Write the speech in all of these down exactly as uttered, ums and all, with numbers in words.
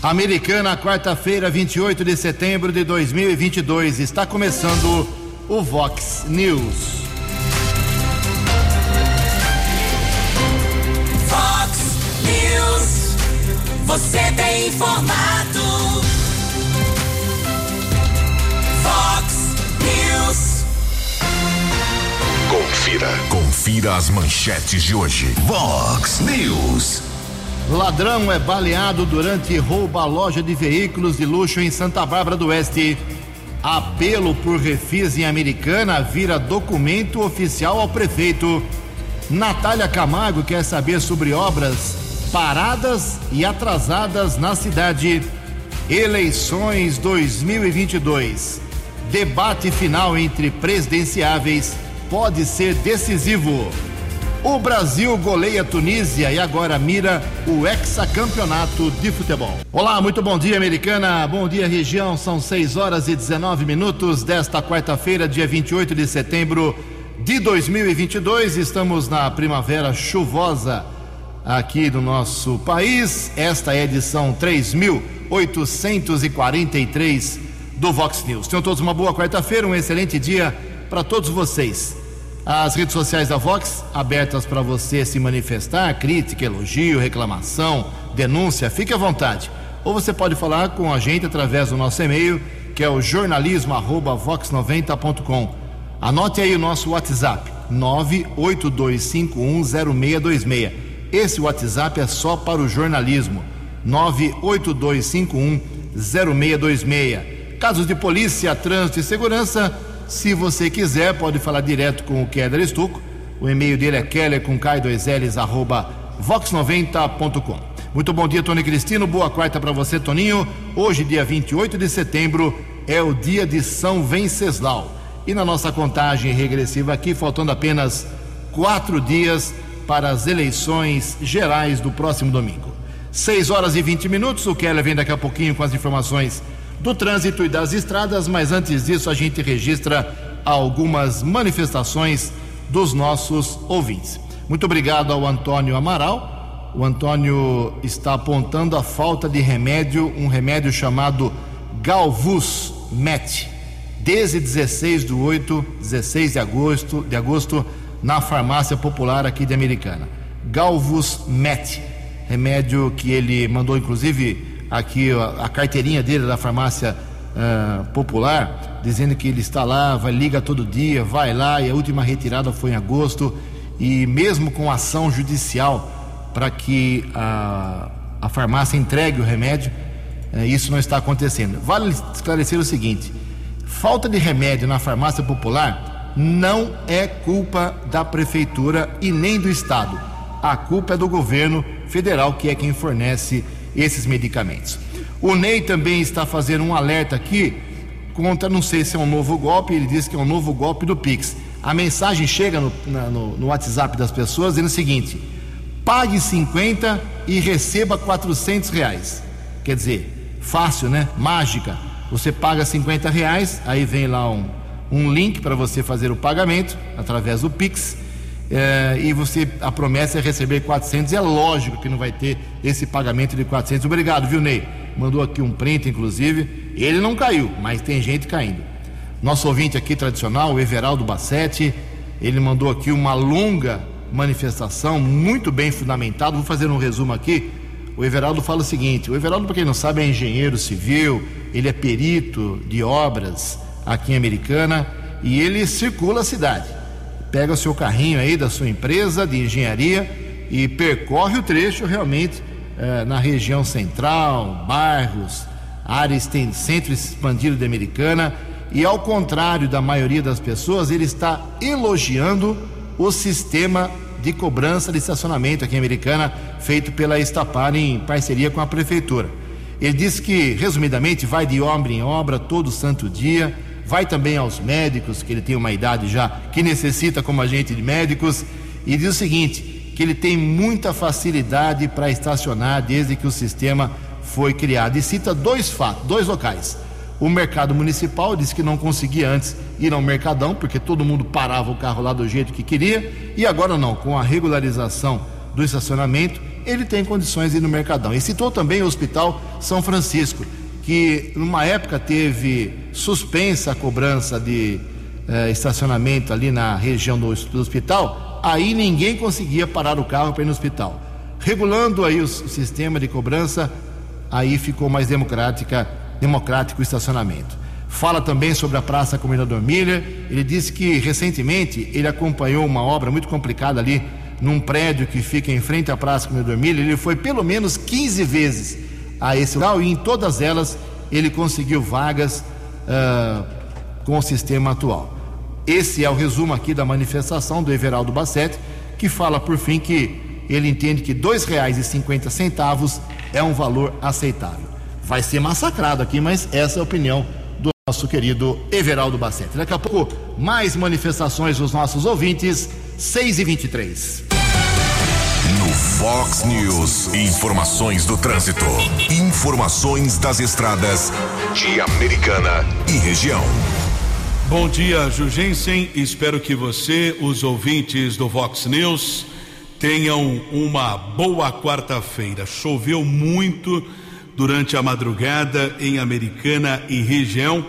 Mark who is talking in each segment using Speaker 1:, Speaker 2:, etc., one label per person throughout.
Speaker 1: Americana, quarta-feira, vinte e oito de setembro de dois mil e vinte e dois. Está começando o Vox News.
Speaker 2: Vox News. Você tem informado. Vox News.
Speaker 3: Confira. Confira as manchetes de hoje. Vox News.
Speaker 1: Ladrão é baleado durante roubo à loja de veículos de luxo em Santa Bárbara do Oeste. Apelo por refis em Americana vira documento oficial ao prefeito. Natália Camargo quer saber sobre obras paradas e atrasadas na cidade. Eleições dois mil e vinte e dois. Debate final entre presidenciáveis pode ser decisivo. O Brasil goleia a Tunísia e agora mira o hexacampeonato de futebol. Olá, muito bom dia, Americana. Bom dia, região. São seis horas e dezenove minutos desta quarta-feira, dia vinte e oito de setembro de dois mil e vinte e dois. Estamos na primavera chuvosa aqui do nosso país. Esta é a edição três mil oitocentos e quarenta e três do Vox News. Tenham todos uma boa quarta-feira, um excelente dia para todos vocês. As redes sociais da Vox abertas para você se manifestar, crítica, elogio, reclamação, denúncia, fique à vontade. Ou você pode falar com a gente através do nosso e-mail, que é o jornalismo arroba vox noventa ponto com. Anote aí o nosso WhatsApp, nove oito dois cinco um zero seis dois seis. Esse WhatsApp é só para o jornalismo, nove oito dois cinco um zero seis dois seis. Casos de polícia, trânsito e segurança, se você quiser, pode falar direto com o Keller Estouco. O e-mail dele é keller com k dois l's arroba vox noventa ponto com. Muito bom dia, Tony Cristino. Boa quarta para você, Toninho. Hoje, dia vinte e oito de setembro, é o dia de São Venceslau. E na nossa contagem regressiva aqui, faltando apenas quatro dias para as eleições gerais do próximo domingo. seis horas e vinte minutos. O Keller vem daqui a pouquinho com as informações do trânsito e das estradas, mas antes disso a gente registra algumas manifestações dos nossos ouvintes. Muito obrigado ao Antônio Amaral. O Antônio está apontando a falta de remédio, um remédio chamado Galvus Met, desde dezesseis do oito, dezesseis de agosto, de agosto, na farmácia popular aqui de Americana. Galvus Met, remédio que ele mandou inclusive aqui a, a carteirinha dele da farmácia uh, popular, dizendo que ele está lá, vai, liga todo dia, vai lá, e a última retirada foi em agosto, e mesmo com ação judicial para que a, a farmácia entregue o remédio, uh, isso não está acontecendo. Vale esclarecer o seguinte: falta de remédio na farmácia popular não é culpa da prefeitura e nem do estado. A culpa é do governo federal, que é quem fornece esses medicamentos. O Ney também está fazendo um alerta aqui contra, não sei se é um novo golpe, ele diz que é um novo golpe do Pix. A mensagem chega no, na, no, no WhatsApp das pessoas dizendo o seguinte: pague cinquenta e receba quatrocentos reais. Quer dizer, fácil, né? Mágica. Você paga cinquenta reais, aí vem lá um, um link para você fazer o pagamento através do Pix. É, e você, a promessa é receber quatrocentos. É lógico que não vai ter esse pagamento de quatrocentos. Obrigado, viu, Ney? Mandou aqui um print, inclusive. Ele não caiu, mas tem gente caindo. Nosso ouvinte aqui tradicional, o Everaldo Bassetti, ele mandou aqui uma longa manifestação, muito bem fundamentado. Vou fazer um resumo aqui. O Everaldo fala o seguinte: o Everaldo, para quem não sabe, é engenheiro civil, ele é perito de obras aqui em Americana e ele circula a cidade. Pega o seu carrinho aí da sua empresa de engenharia e percorre o trecho realmente eh, na região central, bairros, áreas, tem centro expandido de Americana, e ao contrário da maioria das pessoas, ele está elogiando o sistema de cobrança de estacionamento aqui em Americana, feito pela Estapar em parceria com a prefeitura. Ele diz que, resumidamente, vai de obra em obra todo santo dia, vai também aos médicos, que ele tem uma idade já que necessita como agente de médicos, e diz o seguinte, que ele tem muita facilidade para estacionar desde que o sistema foi criado, e cita dois fatos, dois locais. O mercado municipal disse que não conseguia antes ir ao Mercadão, porque todo mundo parava o carro lá do jeito que queria, e agora não, com a regularização do estacionamento, ele tem condições de ir no Mercadão. E citou também o Hospital São Francisco, que numa época teve suspensa a cobrança de eh, estacionamento ali na região do, do hospital, aí ninguém conseguia parar o carro para ir no hospital. Regulando aí o, o sistema de cobrança, aí ficou mais democrática, democrático o estacionamento. Fala também sobre a Praça Comendador Miller. Ele disse que recentemente ele acompanhou uma obra muito complicada ali num prédio que fica em frente à Praça Comendador Miller. Ele foi pelo menos quinze vezes a esse local e em todas elas ele conseguiu vagas uh, com o sistema atual. Esse é o resumo aqui da manifestação do Everaldo Bassetti, que fala por fim que ele entende que dois reais e cinquenta centavos é um valor aceitável. Vai ser massacrado aqui, mas essa é a opinião do nosso querido Everaldo Bassetti. Daqui a pouco, mais manifestações dos nossos ouvintes, seis e vinte e três.
Speaker 3: No Fox News, informações do trânsito, informações das estradas de Americana e região.
Speaker 4: Bom dia, Jugensen. Espero que você, os ouvintes do Fox News, tenham uma boa quarta-feira. Choveu muito durante a madrugada em Americana e região.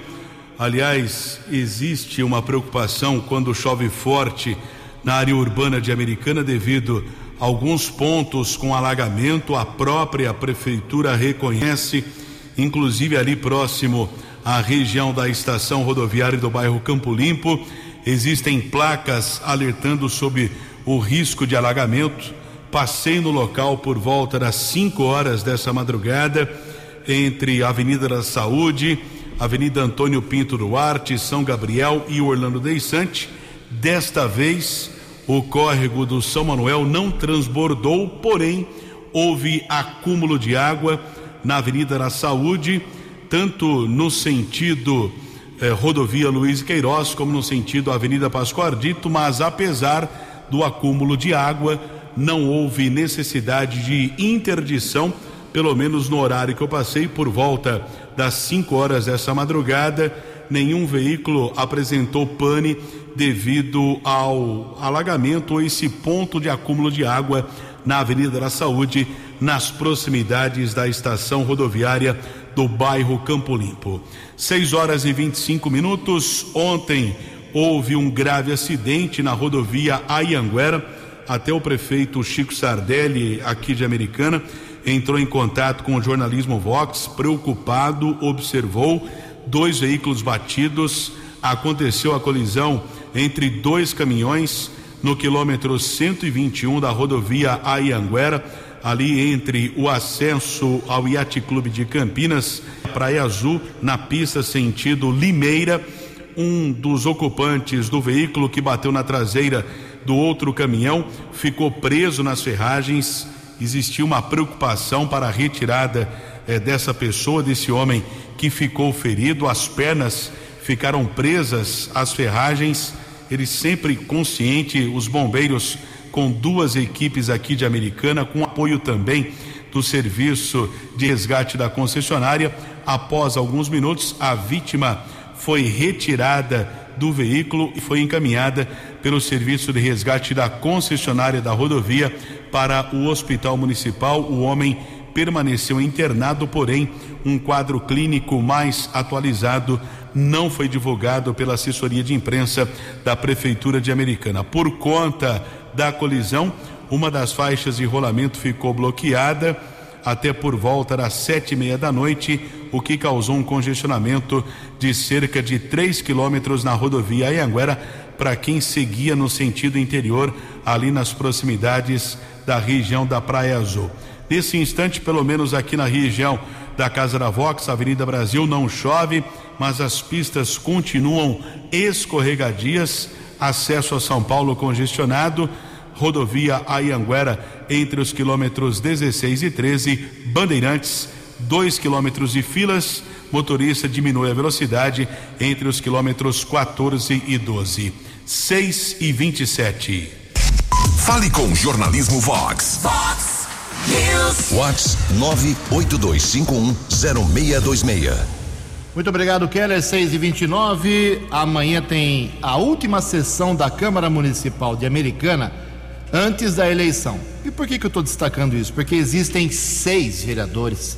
Speaker 4: Aliás, existe uma preocupação quando chove forte na área urbana de Americana devido a alguns pontos com alagamento. A própria prefeitura reconhece, inclusive ali próximo à região da estação rodoviária do bairro Campo Limpo, existem placas alertando sobre o risco de alagamento. Passei no local por volta das cinco horas dessa madrugada, entre a Avenida da Saúde, Avenida Antônio Pinto Duarte, São Gabriel e Orlando Deissante. Desta vez, o córrego do São Manuel não transbordou, porém, houve acúmulo de água na Avenida da Saúde, tanto no sentido eh, rodovia Luiz Queiroz, como no sentido Avenida Pascoal Ardito, mas apesar do acúmulo de água, não houve necessidade de interdição, pelo menos no horário que eu passei, por volta das cinco horas dessa madrugada. Nenhum veículo apresentou pane devido ao alagamento ou esse ponto de acúmulo de água na Avenida da Saúde, nas proximidades da estação rodoviária do bairro Campo Limpo. seis horas e vinte e cinco minutos. Ontem houve um grave acidente na rodovia Anhanguera. Até o prefeito Chico Sardelli, aqui de Americana, entrou em contato com o jornalismo Vox, preocupado, observou dois veículos batidos. Aconteceu a colisão entre dois caminhões no quilômetro cento e vinte e um da rodovia Anhanguera, ali entre o acesso ao Yacht Clube de Campinas, Praia Azul, na pista sentido Limeira. Um dos ocupantes do veículo que bateu na traseira do outro caminhão ficou preso nas ferragens. Existiu uma preocupação para a retirada eh, dessa pessoa, desse homem que ficou ferido. As pernas ficaram presas às ferragens. Ele sempre consciente, os bombeiros com duas equipes aqui de Americana, com apoio também do serviço de resgate da concessionária. Após alguns minutos, a vítima foi retirada do veículo e foi encaminhada pelo serviço de resgate da concessionária da rodovia para o hospital municipal. O homem permaneceu internado, porém um quadro clínico mais atualizado não foi divulgado pela assessoria de imprensa da Prefeitura de Americana. Por conta da colisão, uma das faixas de rolamento ficou bloqueada até por volta das sete e meia da noite, o que causou um congestionamento de cerca de três quilômetros na rodovia Anhanguera para quem seguia no sentido interior, ali nas proximidades da região da Praia Azul. Nesse instante, pelo menos aqui na região da Casa da Vox, Avenida Brasil, não chove, mas as pistas continuam escorregadias. Acesso a São Paulo congestionado, rodovia Anhanguera entre os quilômetros dezesseis e treze, Bandeirantes, dois quilômetros de filas, motorista diminui a velocidade entre os quilômetros quatorze e doze. seis e vinte e sete.
Speaker 3: Fale com o jornalismo Vox.
Speaker 2: Vox News.
Speaker 3: Vox nove oito dois cinco um zero seis dois seis.
Speaker 1: Muito obrigado, Keller. seis e vinte e nove. Amanhã tem a última sessão da Câmara Municipal de Americana antes da eleição. E por que que eu estou destacando isso? Porque existem seis vereadores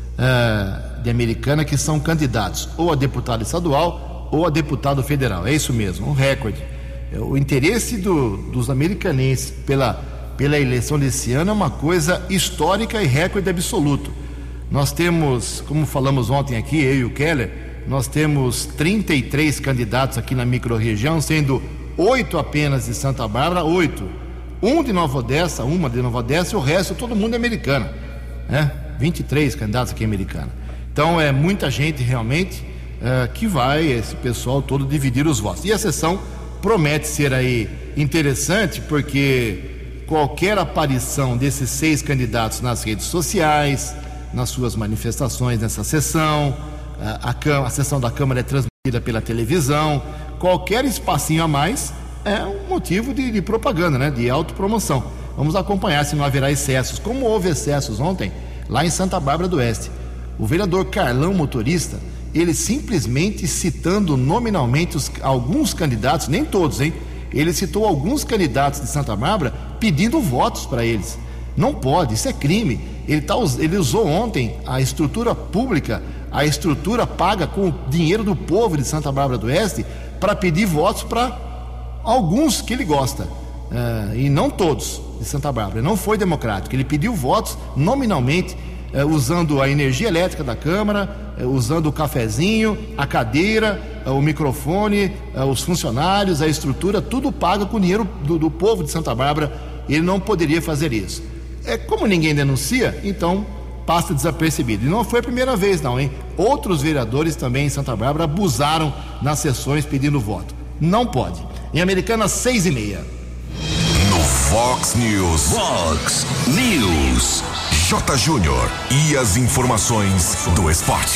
Speaker 1: uh, de Americana que são candidatos ou a deputado estadual ou a deputado federal. É isso mesmo, um recorde. O interesse do, dos americanenses pela, pela eleição desse ano é uma coisa histórica e recorde absoluto. Nós temos, como falamos ontem aqui, eu e o Keller, nós temos trinta e três candidatos aqui na microrregião, sendo oito apenas de Santa Bárbara, oito. Um de Nova Odessa, uma de Nova Odessa e o resto todo mundo é americano, né? vinte e três candidatos aqui americanos. Então é muita gente realmente uh, que vai, esse pessoal todo, dividir os votos. E a sessão promete ser aí interessante, porque qualquer aparição desses seis candidatos nas redes sociais, nas suas manifestações nessa sessão, a, a, a sessão da Câmara é transmitida pela televisão, qualquer espacinho a mais é um motivo de, de propaganda, né? De autopromoção. Vamos acompanhar se não haverá excessos, como houve excessos ontem lá em Santa Bárbara do Oeste. O vereador Carlão Motorista, ele simplesmente citando nominalmente os, alguns candidatos, nem todos, hein? Ele citou alguns candidatos de Santa Bárbara pedindo votos para eles. Não pode, isso é crime. Ele, tá, ele usou ontem a estrutura pública, a estrutura paga com o dinheiro do povo de Santa Bárbara do Oeste para pedir votos para alguns que ele gosta, uh, e não todos de Santa Bárbara. Não foi democrático. Ele pediu votos nominalmente, uh, usando a energia elétrica da Câmara, uh, usando o cafezinho, a cadeira, uh, o microfone, uh, os funcionários, a estrutura, tudo paga com o dinheiro do, do povo de Santa Bárbara. Ele não poderia fazer isso. É, como ninguém denuncia, então passa desapercebido. E não foi a primeira vez não, hein? Outros vereadores também em Santa Bárbara abusaram nas sessões pedindo voto. Não pode. Em Americana, seis e meia.
Speaker 3: No Fox News. Fox News. J. Júnior e as informações do esporte.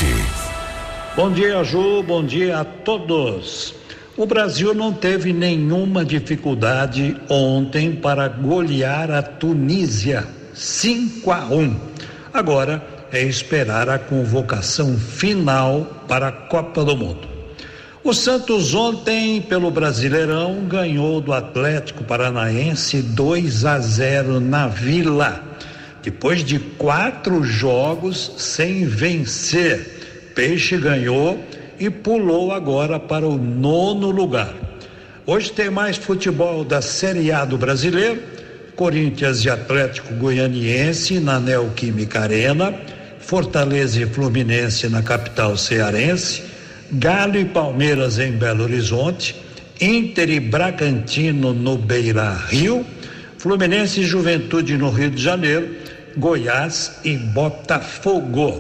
Speaker 5: Bom dia, Ju. Bom dia a todos. O Brasil não teve nenhuma dificuldade ontem para golear a Tunísia, cinco a um. Agora é esperar a convocação final para a Copa do Mundo. O Santos ontem, pelo Brasileirão, ganhou do Atlético Paranaense dois a zero na Vila. Depois de quatro jogos sem vencer, Peixe ganhou e pulou agora para o nono lugar. Hoje tem mais futebol da Série A do Brasileiro, Corinthians e Atlético Goianiense na Neoquímica Arena, Fortaleza e Fluminense na capital cearense, Galo e Palmeiras em Belo Horizonte, Inter e Bragantino no Beira-Rio, Fluminense e Juventude no Rio de Janeiro, Goiás e Botafogo.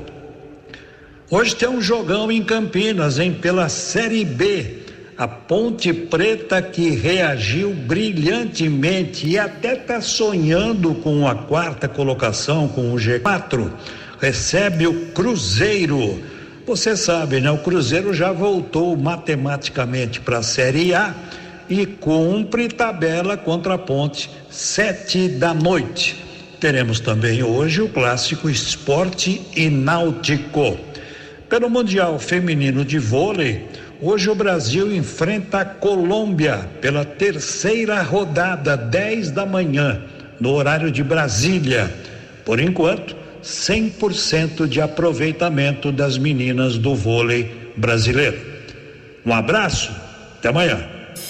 Speaker 5: Hoje tem um jogão em Campinas, hein? Pela Série B, a Ponte Preta, que reagiu brilhantemente e até está sonhando com a quarta colocação, com o G quatro, recebe o Cruzeiro. Você sabe, né? O Cruzeiro já voltou matematicamente para a Série A e cumpre tabela contra a Ponte, sete da noite. Teremos também hoje o clássico Sport e Náutico. Pelo Mundial Feminino de Vôlei, hoje o Brasil enfrenta a Colômbia pela terceira rodada, dez da manhã, no horário de Brasília. Por enquanto, cem por cento de aproveitamento das meninas do vôlei brasileiro. Um abraço, até amanhã.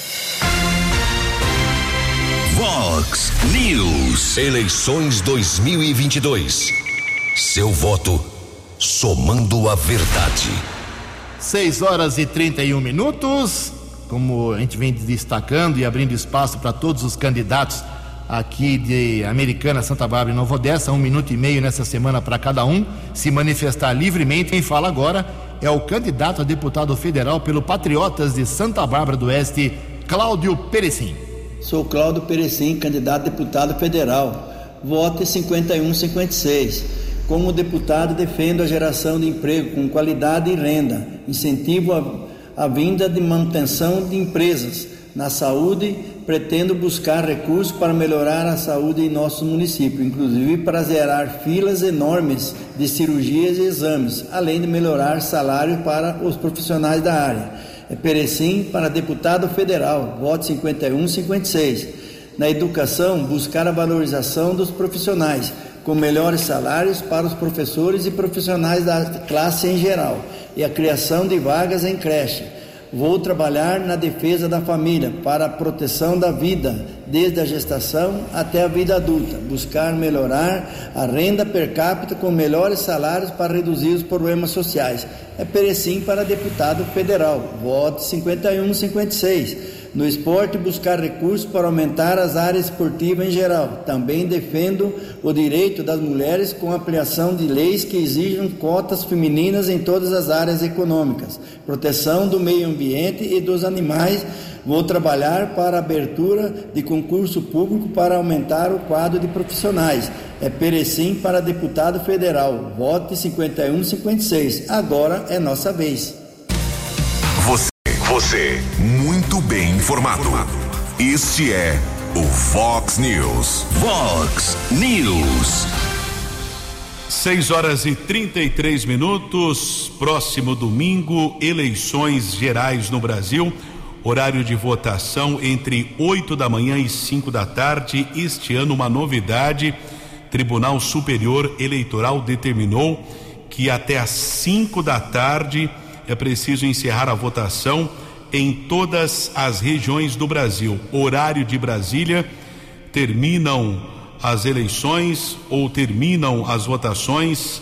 Speaker 3: Fox News. Eleições dois mil e vinte e dois. Seu voto somando a verdade.
Speaker 1: seis horas e trinta e um minutos. Como a gente vem destacando e abrindo espaço para todos os candidatos aqui de Americana, Santa Bárbara e Nova Odessa, um minuto e meio nessa semana para cada um se manifestar livremente. Quem fala agora é o candidato a deputado federal pelo Patriotas de Santa Bárbara do Oeste, Cláudio Perecim.
Speaker 6: Sou Cláudio Perecim, candidato a deputado federal. Voto cinquenta e um cinquenta e seis. Como deputado, defendo a geração de emprego com qualidade e renda, incentivo a, a vinda de manutenção de empresas. Na saúde, pretendo buscar recursos para melhorar a saúde em nosso município, inclusive para zerar filas enormes de cirurgias e exames, além de melhorar salário para os profissionais da área. É Perecim para deputado federal, voto cinquenta e um cinquenta e seis. Na educação, buscar a valorização dos profissionais, com melhores salários para os professores e profissionais da classe em geral, e a criação de vagas em creche. Vou trabalhar na defesa da família, para a proteção da vida, desde a gestação até a vida adulta, buscar melhorar a renda per capita com melhores salários para reduzir os problemas sociais. É Perecim para deputado federal, voto cinquenta e um cinquenta e seis. No esporte, buscar recursos para aumentar as áreas esportivas em geral. Também defendo o direito das mulheres com ampliação de leis que exijam cotas femininas em todas as áreas econômicas. Proteção do meio ambiente e dos animais. Vou trabalhar para a abertura de concurso público para aumentar o quadro de profissionais. É Perecim para deputado federal. Voto cinquenta e um cinquenta e seis. Agora é nossa vez.
Speaker 3: Você, você, muito bem informado. Este é o Vox News. Vox News.
Speaker 4: seis horas e trinta e três minutos. Próximo domingo, eleições gerais no Brasil. Horário de votação entre oito da manhã e cinco da tarde. Este ano, uma novidade: Tribunal Superior Eleitoral determinou que até às cinco da tarde é preciso encerrar a votação em todas as regiões do Brasil. Horário de Brasília, terminam as eleições ou terminam as votações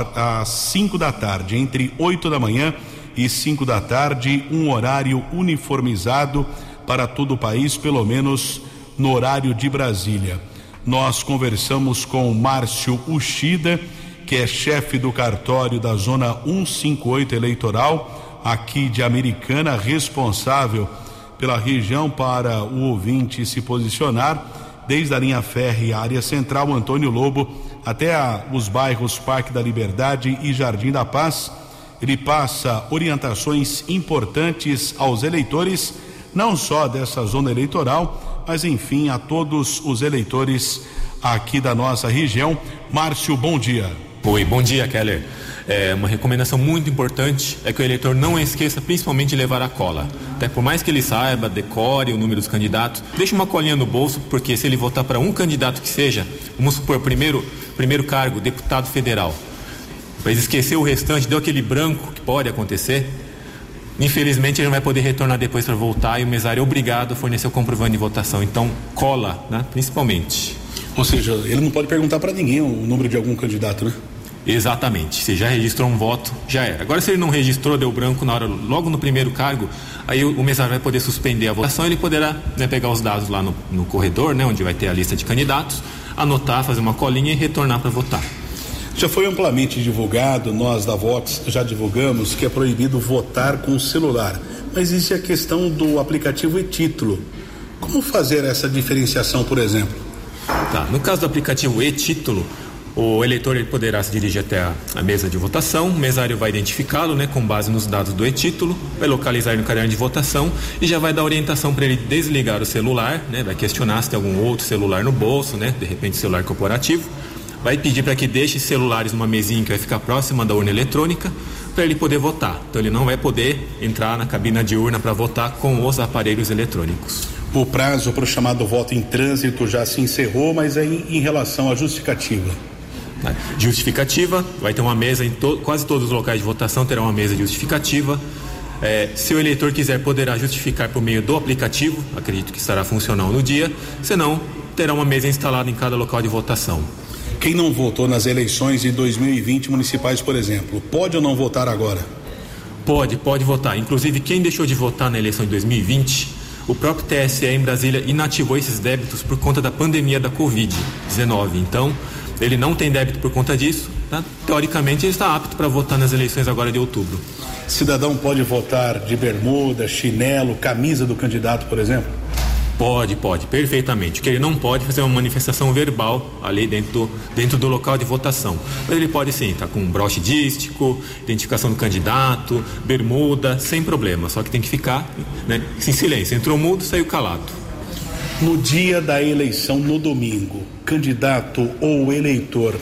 Speaker 4: às cinco da tarde, entre oito da manhã e cinco da tarde, um horário uniformizado para todo o país, pelo menos no horário de Brasília. Nós conversamos com Márcio Uchida, que é chefe do cartório da Zona cento e cinquenta e oito Eleitoral, aqui de Americana, responsável pela região para o ouvinte se posicionar, desde a linha férrea, área central, Antônio Lobo, até a, os bairros Parque da Liberdade e Jardim da Paz. Ele passa orientações importantes aos eleitores, não só dessa zona eleitoral, mas enfim a todos os eleitores aqui da nossa região. Márcio, bom dia.
Speaker 7: Oi, bom dia, Keller. É, uma recomendação muito importante é que o eleitor não esqueça principalmente de levar a cola. Até por mais que ele saiba, decore o número dos candidatos, deixe uma colinha no bolso, porque se ele votar para um candidato que seja, vamos supor, primeiro, primeiro cargo, deputado federal, mas esquecer o restante, deu aquele branco que pode acontecer, infelizmente ele não vai poder retornar depois para voltar e o mesário é obrigado a fornecer o comprovante de votação. Então, cola, né, principalmente.
Speaker 4: Ou seja, ele não pode perguntar para ninguém o número de algum candidato, né?
Speaker 7: Exatamente, se já registrou um voto, já era. Agora, se ele não registrou, deu branco na hora, logo no primeiro cargo, aí o, o mesário vai poder suspender a votação, ele poderá, né, pegar os dados lá no, no corredor, né, onde vai ter a lista de candidatos, anotar, fazer uma colinha e retornar para votar.
Speaker 4: Já foi amplamente divulgado, nós da Vox já divulgamos que é proibido votar com o celular, mas existe a questão do aplicativo e-título. Como fazer essa diferenciação, por exemplo?
Speaker 7: Tá, no caso do aplicativo e-título, o eleitor ele poderá se dirigir até a, a mesa de votação, o mesário vai identificá-lo, né, com base nos dados do e-título, vai localizar ele no caderno de votação e já vai dar orientação para ele desligar o celular, né, vai questionar se tem algum outro celular no bolso, né, de repente celular corporativo, vai pedir para que deixe celulares numa mesinha que vai ficar próxima da urna eletrônica para ele poder votar. Então ele não vai poder entrar na cabina de urna para votar com os aparelhos eletrônicos.
Speaker 4: O prazo para o chamado voto em trânsito já se encerrou, mas aí em relação à justificativa.
Speaker 7: Justificativa, vai ter uma mesa em to- quase todos os locais de votação terá uma mesa de justificativa. É, se o eleitor quiser, poderá justificar por meio do aplicativo, acredito que estará funcional no dia, senão terá uma mesa instalada em cada local de votação.
Speaker 4: Quem não votou nas eleições de dois mil e vinte municipais, por exemplo, pode ou não votar agora?
Speaker 7: Pode, pode votar. Inclusive, quem deixou de votar na eleição de dois mil e vinte, o próprio T S E em Brasília inativou esses débitos por conta da pandemia da covid dezenove. Então, ele não tem débito por conta disso, tá? Teoricamente ele está apto para votar nas eleições agora de outubro.
Speaker 4: Cidadão pode votar de bermuda, chinelo, camisa do candidato, por exemplo?
Speaker 7: Pode, pode, perfeitamente. O que ele não pode fazer é uma manifestação verbal ali dentro do, dentro do local de votação. Mas ele pode sim, tá com um broche dístico, identificação do candidato, bermuda, sem problema. Só que tem que ficar, né, em silêncio. Entrou mudo, saiu calado.
Speaker 4: No dia da eleição, no domingo, candidato ou eleitor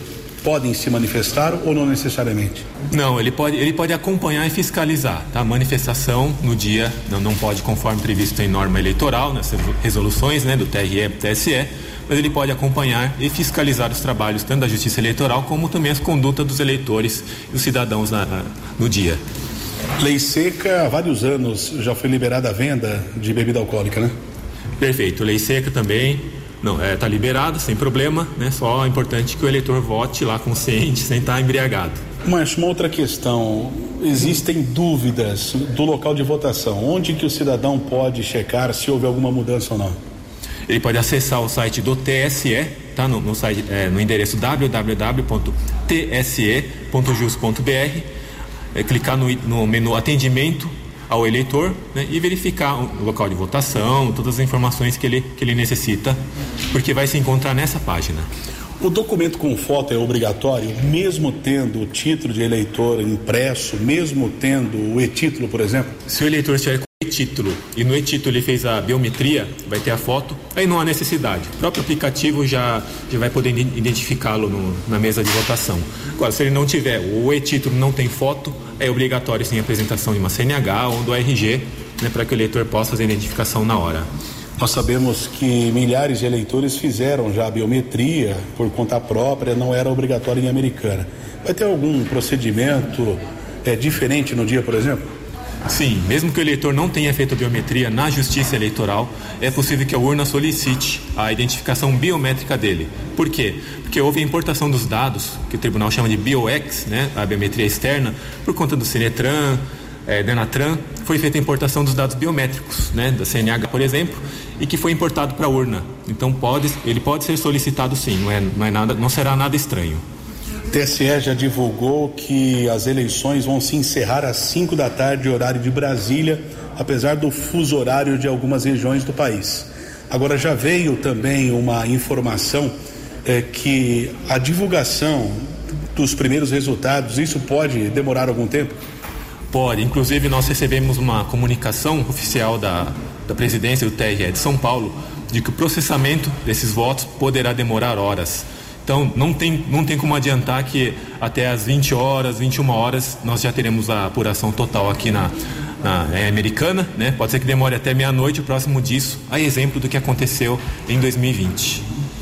Speaker 4: podem se manifestar ou não necessariamente?
Speaker 7: Não, ele pode, ele pode acompanhar e fiscalizar, tá? A manifestação no dia não, não pode, conforme previsto em norma eleitoral, nessas resoluções, né, do T R E e do T S E, mas ele pode acompanhar e fiscalizar os trabalhos tanto da Justiça Eleitoral como também as condutas dos eleitores e os cidadãos na, na, no dia.
Speaker 4: Lei seca, há vários anos já foi liberada a venda de bebida alcoólica, né?
Speaker 7: Perfeito, lei seca também, não, é, tá liberado, sem problema, né? Só é importante que o eleitor vote lá consciente, sem estar embriagado.
Speaker 4: Mas uma outra questão, existem dúvidas do local de votação, onde que o cidadão pode checar se houve alguma mudança ou não?
Speaker 7: Ele pode acessar o site do T S E, tá? No, no, site, é, no endereço w w w ponto t s e ponto jus ponto b r, é, clicar no, no menu atendimento ao eleitor, né, e verificar o local de votação, todas as informações que ele, que ele necessita, porque vai se encontrar nessa página.
Speaker 4: O documento com foto é obrigatório, mesmo tendo o título de eleitor impresso, mesmo tendo o e-título, por exemplo?
Speaker 7: Se o eleitor estiver com o e-título e no e-título ele fez a biometria, vai ter a foto, aí não há necessidade. O próprio aplicativo já, já vai poder identificá-lo no, na mesa de votação. Agora, se ele não tiver, o e-título não tem foto, é obrigatório sim a apresentação de uma C N H ou do R G, né, para que o eleitor possa fazer a identificação na hora.
Speaker 4: Nós sabemos que milhares de eleitores fizeram já a biometria por conta própria, não era obrigatório em Americana. Vai ter algum procedimento é, diferente no dia, por exemplo?
Speaker 7: Sim, mesmo que o eleitor não tenha feito a biometria na Justiça Eleitoral, é possível que a urna solicite a identificação biométrica dele. Por quê? Porque houve a importação dos dados, que o tribunal chama de BioX, né, a biometria externa, por conta do Sinetran, é, Denatran, foi feita a importação dos dados biométricos, né, da C N H, por exemplo, e que foi importado para a urna. Então pode, ele pode ser solicitado sim, não, é, não, é nada, não será nada estranho.
Speaker 4: O T S E já divulgou que as eleições vão se encerrar às cinco da tarde, horário de Brasília, apesar do fuso horário de algumas regiões do país. Agora já veio também uma informação é, que a divulgação dos primeiros resultados, isso pode demorar algum tempo?
Speaker 7: Pode, inclusive nós recebemos uma comunicação oficial da, da presidência do T R E de São Paulo de que o processamento desses votos poderá demorar horas. Então não tem, não tem como adiantar que até às vinte horas, vinte e uma horas nós já teremos a apuração total aqui na, na é, Americana, né? Pode ser que demore até meia-noite, o próximo disso, a exemplo do que aconteceu em dois mil e vinte.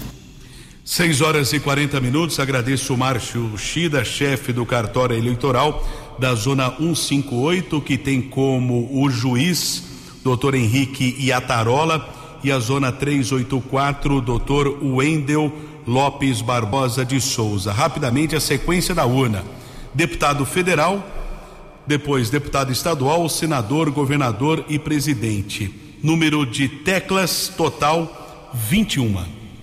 Speaker 4: seis horas e quarenta minutos, agradeço o Márcio Shida, chefe do cartório eleitoral da zona cento e cinquenta e oito, que tem como o juiz doutor Henrique Iatarola, e a zona trezentos e oitenta e quatro, doutor Wendel Lopes Barbosa de Souza. Rapidamente a sequência da urna: deputado federal, depois deputado estadual, senador, governador e presidente. Número de teclas total vinte e um.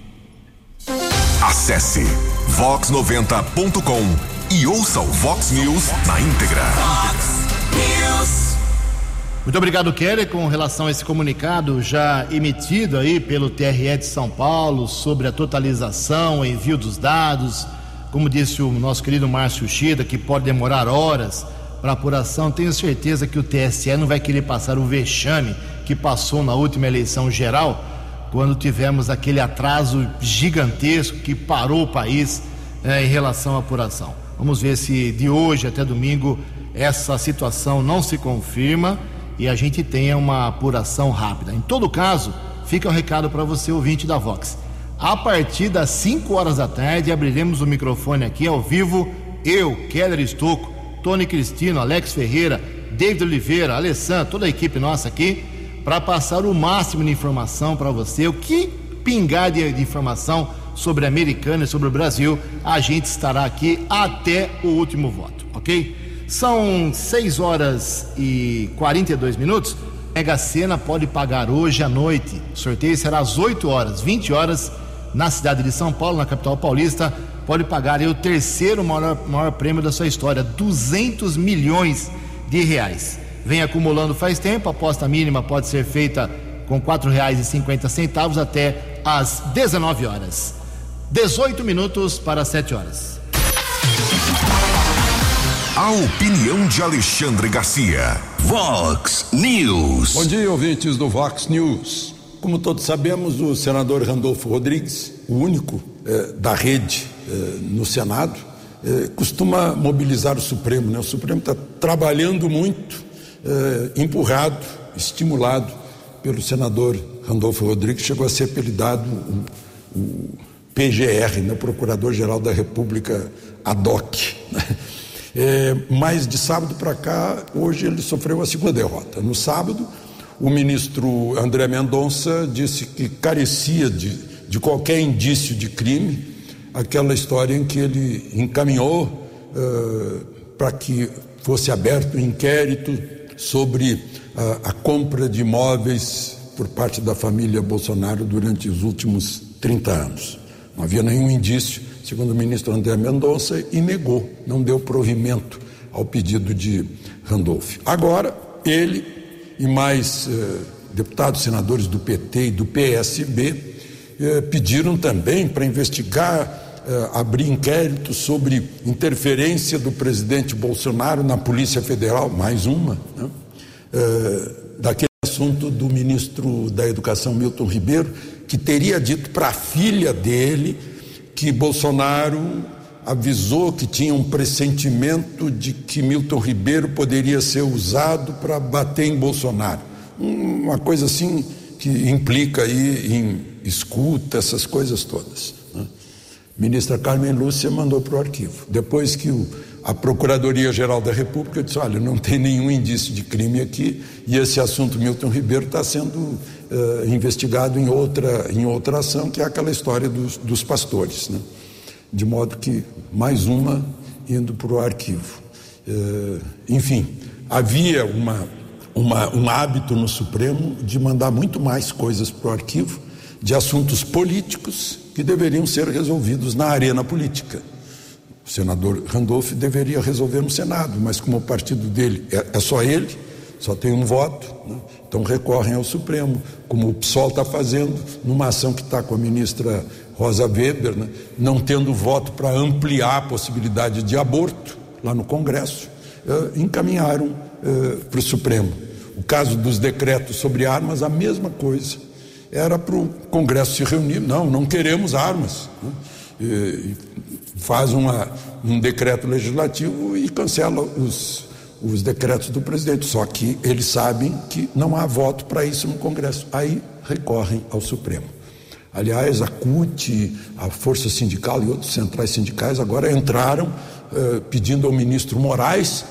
Speaker 3: Acesse vox noventa ponto com e ouça o Vox News na íntegra.
Speaker 2: Vox News.
Speaker 1: Muito obrigado, Keller, com relação a esse comunicado já emitido aí pelo T R E de São Paulo sobre a totalização, o envio dos dados. Como disse o nosso querido Márcio Shida, que pode demorar horas para apuração. Tenho certeza que o T S E não vai querer passar o vexame que passou na última eleição geral, quando tivemos aquele atraso gigantesco que parou o país é, em relação à apuração. Vamos ver se de hoje até domingo essa situação não se confirma e a gente tenha uma apuração rápida. Em todo caso, fica um recado para você, ouvinte da Vox. A partir das cinco horas da tarde, abriremos o microfone aqui ao vivo, eu, Keller Estocco, Tony Cristino, Alex Ferreira, David Oliveira, Alessandro, toda a equipe nossa aqui, para passar o máximo de informação para você. O que pingar de, de informação sobre a Americana e sobre o Brasil, a gente estará aqui até o último voto, ok? São seis horas e quarenta e dois minutos. Mega Sena pode pagar hoje à noite. O sorteio será às oito horas, vinte horas, na cidade de São Paulo, na capital paulista. Pode pagar aí o terceiro maior, maior prêmio da sua história, duzentos milhões de reais. Vem acumulando faz tempo, a aposta mínima pode ser feita com quatro reais e cinquenta centavos até às dezenove horas. dezoito minutos para sete horas.
Speaker 3: A opinião de Alexandre Garcia. Vox News.
Speaker 8: Bom dia, ouvintes do Vox News. Como todos sabemos, o senador Randolfo Rodrigues, o único eh, da rede eh, no Senado, eh, costuma mobilizar o Supremo, né? O Supremo está trabalhando muito, eh, empurrado, estimulado pelo senador Randolfo Rodrigues, chegou a ser apelidado o, o P G R, né? Procurador-Geral da República ad hoc, né? É, mas de sábado para cá, hoje ele sofreu a segunda derrota. No sábado, o ministro André Mendonça disse que carecia de, de qualquer indício de crime, aquela história em que ele encaminhou uh, para que fosse aberto um inquérito sobre uh, a compra de imóveis por parte da família Bolsonaro durante os últimos trinta anos. Não havia nenhum indício, segundo o ministro André Mendonça, e negou, não deu provimento ao pedido de Randolph. Agora, ele e mais eh, deputados, senadores do P T e do P S B eh, pediram também para investigar, eh, abrir inquérito sobre interferência do presidente Bolsonaro na Polícia Federal, mais uma, né? eh, daquele assunto do ministro da Educação, Milton Ribeiro, que teria dito para a filha dele que Bolsonaro avisou que tinha um pressentimento de que Milton Ribeiro poderia ser usado para bater em Bolsonaro. Uma coisa assim que implica aí em escuta, essas coisas todas, né? Ministra Carmen Lúcia mandou para o arquivo. Depois que o, a Procuradoria-Geral da República disse, olha, não tem nenhum indício de crime aqui e esse assunto Milton Ribeiro está sendo uh, investigado em outra, em outra ação, que é aquela história dos, dos pastores, né? De modo que mais uma indo para o arquivo. Uh, enfim, havia uma, uma, um hábito no Supremo de mandar muito mais coisas para o arquivo de assuntos políticos que deveriam ser resolvidos na arena política. O senador Randolph deveria resolver no Senado, mas como o partido dele é, é só ele, só tem um voto, né? Então recorrem ao Supremo, como o P SOL está fazendo numa ação que está com a ministra Rosa Weber, né? Não tendo voto para ampliar a possibilidade de aborto lá no Congresso, eh, encaminharam eh, para o Supremo. O caso dos decretos sobre armas, a mesma coisa. Era para o Congresso se reunir, não, não queremos armas, né? E faz uma, um decreto legislativo e cancela os, os decretos do presidente, só que eles sabem que não há voto para isso no Congresso, aí recorrem ao Supremo. Aliás, a C U T, a Força Sindical e outros centrais sindicais agora entraram uh, pedindo ao ministro Moraes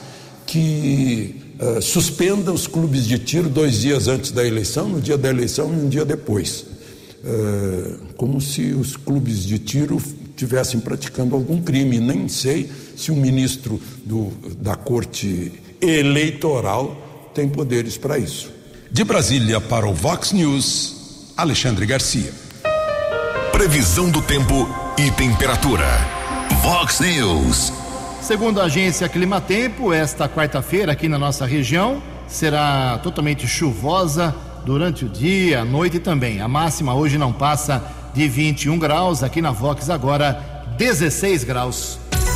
Speaker 8: que uh, suspenda os clubes de tiro dois dias antes da eleição, no dia da eleição e um dia depois. Uh, como se os clubes de tiro estivessem praticando algum crime. Nem sei se um ministro do, da Corte Eleitoral tem poderes para isso.
Speaker 3: De Brasília para o Vox News, Alexandre Garcia. Previsão do tempo e temperatura. Vox News.
Speaker 1: Segundo a agência Climatempo, esta quarta-feira aqui na nossa região será totalmente chuvosa durante o dia, a noite também. A máxima hoje não passa de vinte e um graus, aqui na Vox agora dezesseis graus.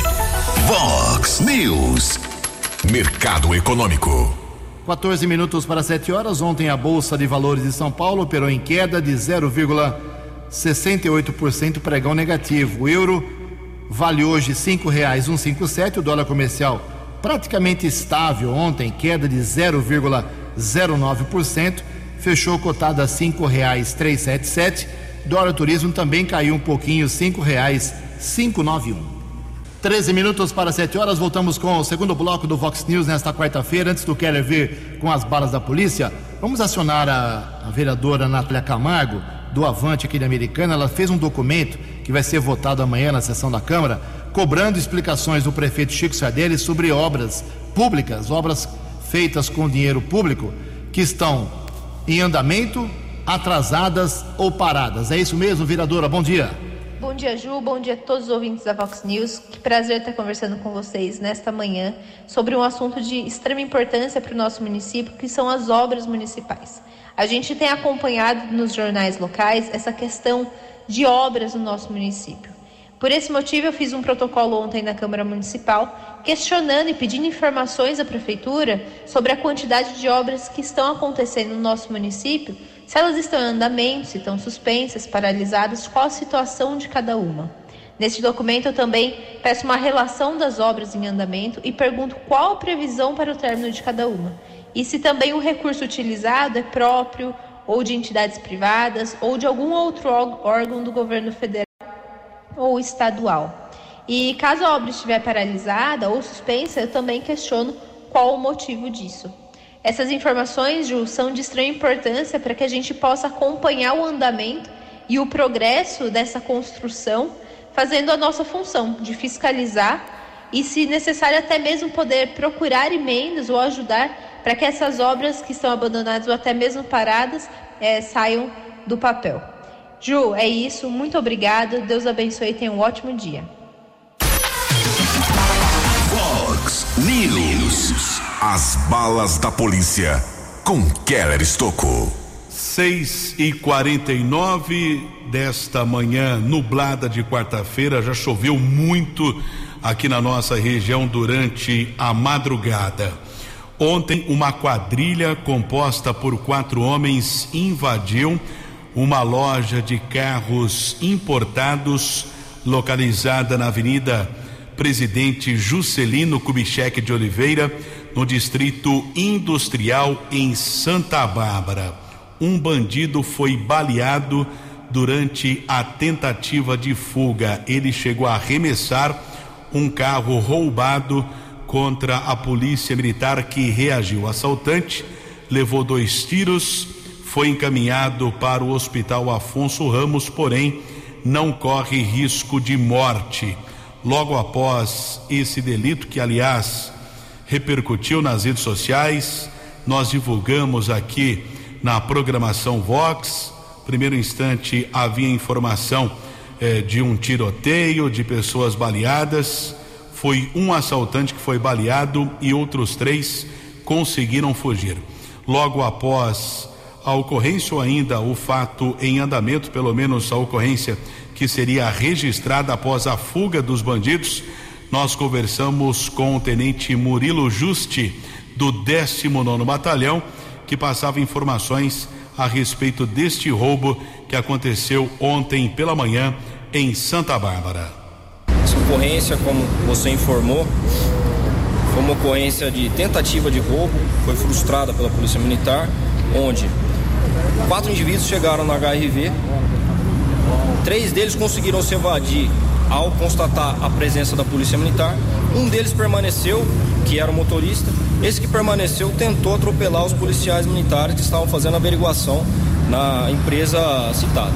Speaker 3: Vox News. Mercado Econômico.
Speaker 1: quatorze minutos para sete horas. Ontem a Bolsa de Valores de São Paulo operou em queda de zero vírgula sessenta e oito por cento, pregão negativo. O euro vale hoje cinco reais e cinquenta e sete. O dólar comercial praticamente estável ontem, queda de zero vírgula zero nove por cento. Fechou cotado a cinco reais trezentos e setenta e sete. Dólar turismo também caiu um pouquinho, cinco reais quinhentos e noventa e um. treze minutos para sete horas, voltamos com o segundo bloco do Vox News nesta quarta-feira. Antes do Keller vir com as balas da polícia, vamos acionar a, a vereadora Nátalia Camargo, do Avante aqui de Americana. Ela fez um documento que vai ser votado amanhã na sessão da Câmara, cobrando explicações do prefeito Chico Sardelli sobre obras públicas, obras feitas com dinheiro público, que estão em andamento, atrasadas ou paradas. É isso mesmo, vereadora? Bom dia.
Speaker 9: Bom dia, Ju. Bom dia a todos os ouvintes da Vox News. Que prazer estar conversando com vocês nesta manhã sobre um assunto de extrema importância para o nosso município, que são as obras municipais. A gente tem acompanhado nos jornais locais essa questão de obras no nosso município. Por esse motivo, eu fiz um protocolo ontem na Câmara Municipal, questionando e pedindo informações à Prefeitura sobre a quantidade de obras que estão acontecendo no nosso município, se elas estão em andamento, se estão suspensas, paralisadas, qual a situação de cada uma. Neste documento eu também peço uma relação das obras em andamento e pergunto qual a previsão para o término de cada uma. E se também o recurso utilizado é próprio ou de entidades privadas ou de algum outro órgão do governo federal ou estadual. E caso a obra estiver paralisada ou suspensa, eu também questiono qual o motivo disso. Essas informações, Ju, são de extrema importância para que a gente possa acompanhar o andamento e o progresso dessa construção, fazendo a nossa função de fiscalizar e, se necessário, até mesmo poder procurar emendas ou ajudar para que essas obras que estão abandonadas ou até mesmo paradas é, saiam do papel. Ju, é isso. Muito obrigada. Deus abençoe e tenha um ótimo dia.
Speaker 3: Vox News. As balas da polícia com Keller Estocco.
Speaker 4: seis e quarenta e nove desta manhã nublada de quarta-feira. Já choveu muito aqui na nossa região durante a madrugada. Ontem, uma quadrilha composta por quatro homens invadiu uma loja de carros importados localizada na Avenida Presidente Juscelino Kubitschek de Oliveira, no Distrito Industrial em Santa Bárbara. Um bandido foi baleado durante a tentativa de fuga. Ele chegou a arremessar um carro roubado contra a polícia militar, que reagiu. O assaltante levou dois tiros, foi encaminhado para o Hospital Afonso Ramos, porém não corre risco de morte. Logo após esse delito, que aliás repercutiu nas redes sociais, nós divulgamos aqui na programação Vox. Primeiro instante havia informação eh, de um tiroteio, de pessoas baleadas. Foi um assaltante que foi baleado e outros três conseguiram fugir. Logo após a ocorrência, ou ainda o fato em andamento, pelo menos a ocorrência que seria registrada após a fuga dos bandidos, nós conversamos com o tenente Murilo Juste, do décimo nono Batalhão, que passava informações a respeito deste roubo que aconteceu ontem pela manhã em Santa Bárbara.
Speaker 10: Essa ocorrência, como você informou, foi uma ocorrência de tentativa de roubo, foi frustrada pela Polícia Militar, onde quatro indivíduos chegaram na H R V, três deles conseguiram se evadir ao constatar a presença da Polícia Militar. Um deles permaneceu, que era o motorista. Esse que permaneceu tentou atropelar os policiais militares que estavam fazendo averiguação na empresa citada.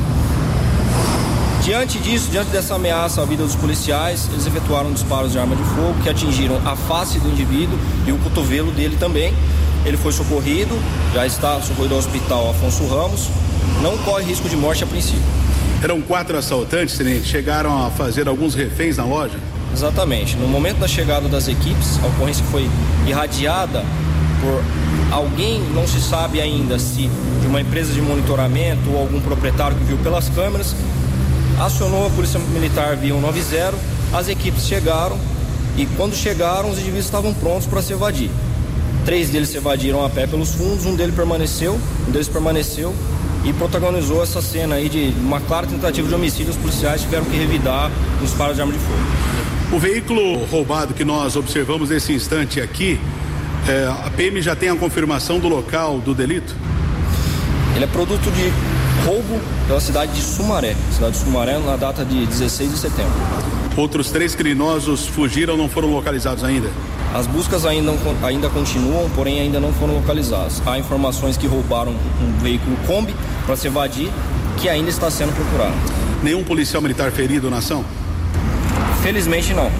Speaker 10: Diante disso, diante dessa ameaça à vida dos policiais, eles efetuaram disparos de arma de fogo que atingiram a face do indivíduo e o cotovelo dele também. Ele foi socorrido, já está socorrido ao Hospital Afonso Ramos, não corre risco de morte a princípio.
Speaker 4: Eram quatro assaltantes, tenente, chegaram a fazer alguns reféns na loja?
Speaker 10: Exatamente. No momento da chegada das equipes, a ocorrência foi irradiada por alguém, não se sabe ainda se de uma empresa de monitoramento ou algum proprietário que viu pelas câmeras, acionou a Polícia Militar via cento e noventa, as equipes chegaram e quando chegaram os indivíduos estavam prontos para se evadir. Três deles se evadiram a pé pelos fundos, um deles permaneceu, um deles permaneceu e protagonizou essa cena aí de uma clara tentativa de homicídio. Os policiais tiveram que revidar os disparos de arma de fogo.
Speaker 4: O veículo roubado que nós observamos nesse instante aqui, é, a P M já tem a confirmação do local do delito?
Speaker 10: Ele é produto de roubo pela cidade de Sumaré, cidade de Sumaré, na data de dezesseis de setembro.
Speaker 4: Outros três criminosos fugiram, não foram localizados ainda?
Speaker 10: As buscas ainda, ainda continuam, porém ainda não foram localizadas. Há informações que roubaram um veículo Kombi para se evadir, que ainda está sendo procurado.
Speaker 4: Nenhum policial militar ferido na ação?
Speaker 10: Felizmente não.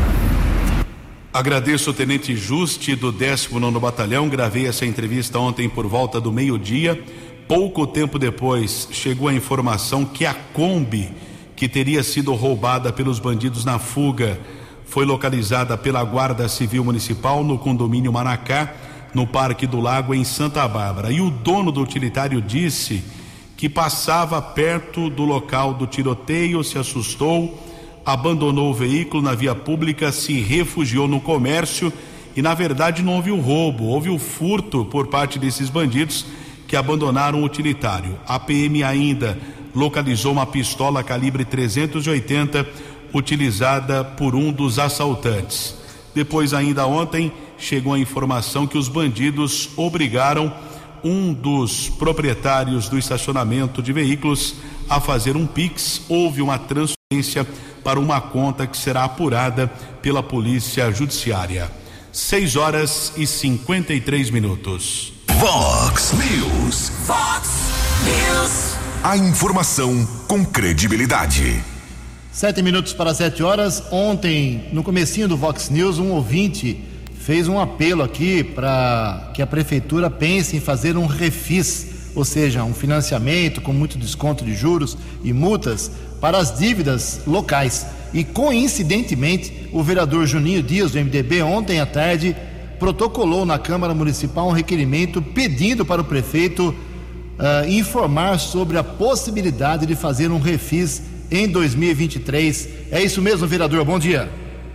Speaker 4: Agradeço o tenente Juste, do décimo nono Batalhão. Gravei essa entrevista ontem por volta do meio-dia. Pouco tempo depois chegou a informação que a Kombi, que teria sido roubada pelos bandidos na fuga, foi localizada pela Guarda Civil Municipal no condomínio Maracá, no Parque do Lago, em Santa Bárbara. E o dono do utilitário disse que passava perto do local do tiroteio, se assustou, abandonou o veículo na via pública, se refugiou no comércio e, na verdade, não houve o roubo, houve o furto por parte desses bandidos que abandonaram o utilitário. A P M ainda localizou uma pistola calibre trezentos e oitenta, utilizada por um dos assaltantes. Depois, ainda ontem, chegou a informação que os bandidos obrigaram um dos proprietários do estacionamento de veículos a fazer um Pix. Houve uma transferência para uma conta que será apurada pela Polícia Judiciária. seis horas e cinquenta e três minutos.
Speaker 3: Vox News.
Speaker 2: Vox News.
Speaker 3: A informação com credibilidade.
Speaker 1: Sete minutos para sete horas. Ontem, no comecinho do Vox News, um ouvinte fez um apelo aqui para que a prefeitura pense em fazer um refis, ou seja, um financiamento com muito desconto de juros e multas para as dívidas locais. E coincidentemente, o vereador Juninho Dias, do M D B, ontem à tarde protocolou na Câmara Municipal um requerimento pedindo para o prefeito uh, informar sobre a possibilidade de fazer um refis em dois mil e vinte e três. É isso mesmo, vereador? Bom dia.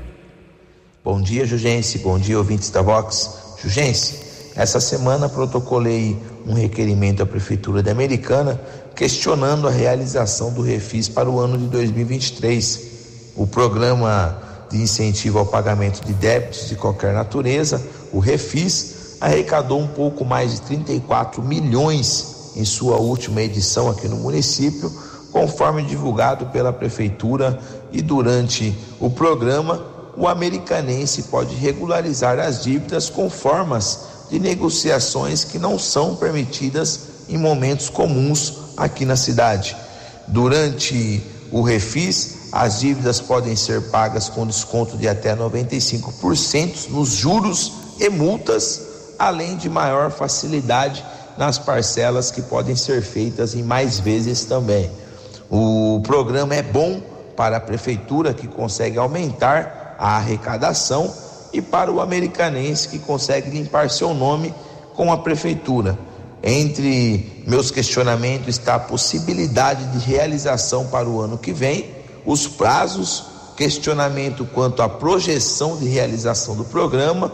Speaker 11: Bom dia, Jugense. Bom dia, ouvintes da Vox. Jugense, essa semana protocolei um requerimento à Prefeitura da Americana questionando a realização do refis para o ano de dois mil e vinte e três. O programa de incentivo ao pagamento de débitos de qualquer natureza, o refis, arrecadou um pouco mais de trinta e quatro milhões em sua última edição aqui no município, conforme divulgado pela Prefeitura, e durante o programa o americanense pode regularizar as dívidas com formas de negociações que não são permitidas em momentos comuns aqui na cidade. Durante o refis, as dívidas podem ser pagas com desconto de até noventa e cinco por cento nos juros e multas, além de maior facilidade nas parcelas que podem ser feitas em mais vezes também. O programa é bom para a prefeitura, que consegue aumentar a arrecadação, e para o americanense, que consegue limpar seu nome com a prefeitura. Entre meus questionamentos está a possibilidade de realização para o ano que vem, os prazos, questionamento quanto à projeção de realização do programa,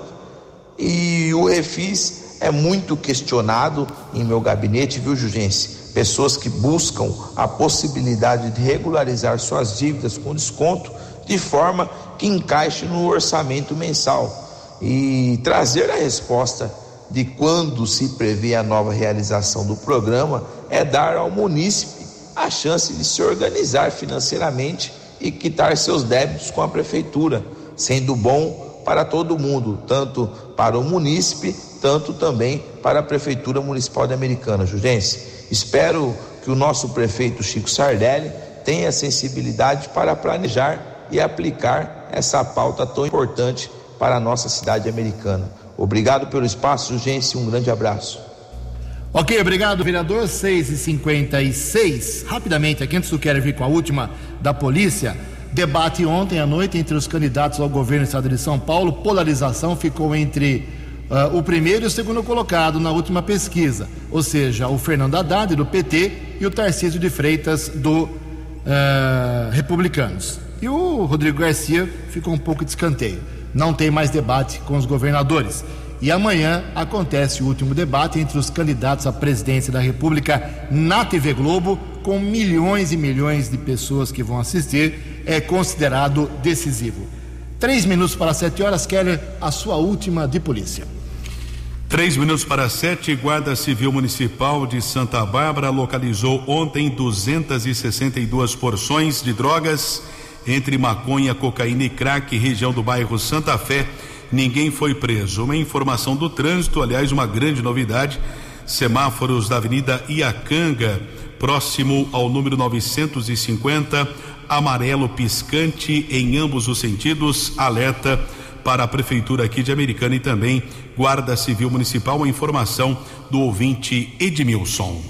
Speaker 11: e o refis é muito questionado em meu gabinete, viu, Jugense? Pessoas que buscam a possibilidade de regularizar suas dívidas com desconto, de forma que encaixe no orçamento mensal, e trazer a resposta de quando se prevê a nova realização do programa é dar ao munícipe a chance de se organizar financeiramente e quitar seus débitos com a prefeitura, sendo bom para todo mundo, tanto para o munícipe, tanto também para a Prefeitura Municipal de Americana. Jugense, espero que o nosso prefeito Chico Sardelli tenha sensibilidade para planejar e aplicar essa pauta tão importante para a nossa cidade americana. Obrigado pelo espaço, Jugense, um grande abraço.
Speaker 1: Ok, obrigado, vereador. Seis e cinquenta e seis. Rapidamente, aqui antes do quero vir com a última da polícia, debate ontem à noite entre os candidatos ao governo do estado de São Paulo. Polarização ficou entre uh, o primeiro e o segundo colocado na última pesquisa, ou seja, o Fernando Haddad do P T e o Tarcísio de Freitas do uh, Republicanos. E o Rodrigo Garcia ficou um pouco de escanteio. Não tem mais debate com os governadores. E amanhã acontece o último debate entre os candidatos à presidência da República na T V Globo, com milhões e milhões de pessoas que vão assistir. É considerado decisivo. Três minutos para sete horas, Keller, a sua última de polícia.
Speaker 4: Três minutos para sete. Guarda Civil Municipal de Santa Bárbara localizou ontem duzentas e sessenta e duas porções de drogas entre maconha, cocaína e crack, região do bairro Santa Fé. Ninguém foi preso. Uma informação do trânsito, aliás, uma grande novidade: semáforos da Avenida Iacanga, próximo ao número novecentos e cinquenta, amarelo piscante em ambos os sentidos. Alerta para a Prefeitura aqui de Americana e também Guarda Civil Municipal. Uma informação do ouvinte Edmilson.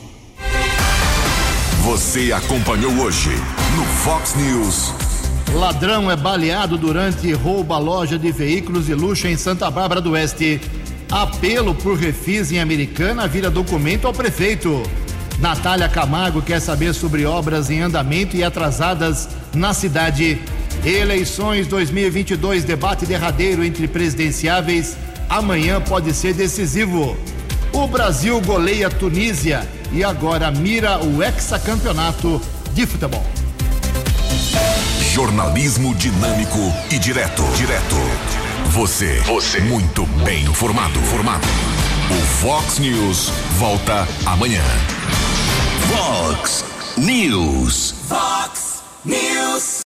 Speaker 3: Você acompanhou hoje no Fox News.
Speaker 1: Ladrão é baleado durante roubo à loja de veículos de luxo em Santa Bárbara do Oeste. Apelo por refis em Americana vira documento ao prefeito. Natália Camargo quer saber sobre obras em andamento e atrasadas na cidade. Eleições dois mil e vinte e dois, debate derradeiro entre presidenciáveis. Amanhã pode ser decisivo. O Brasil goleia a Tunísia e agora mira o hexacampeonato de futebol.
Speaker 3: Jornalismo dinâmico e direto. Direto. Você. Você. Muito bem informado. Formado. O Vox News volta amanhã. Vox News.
Speaker 2: Vox News.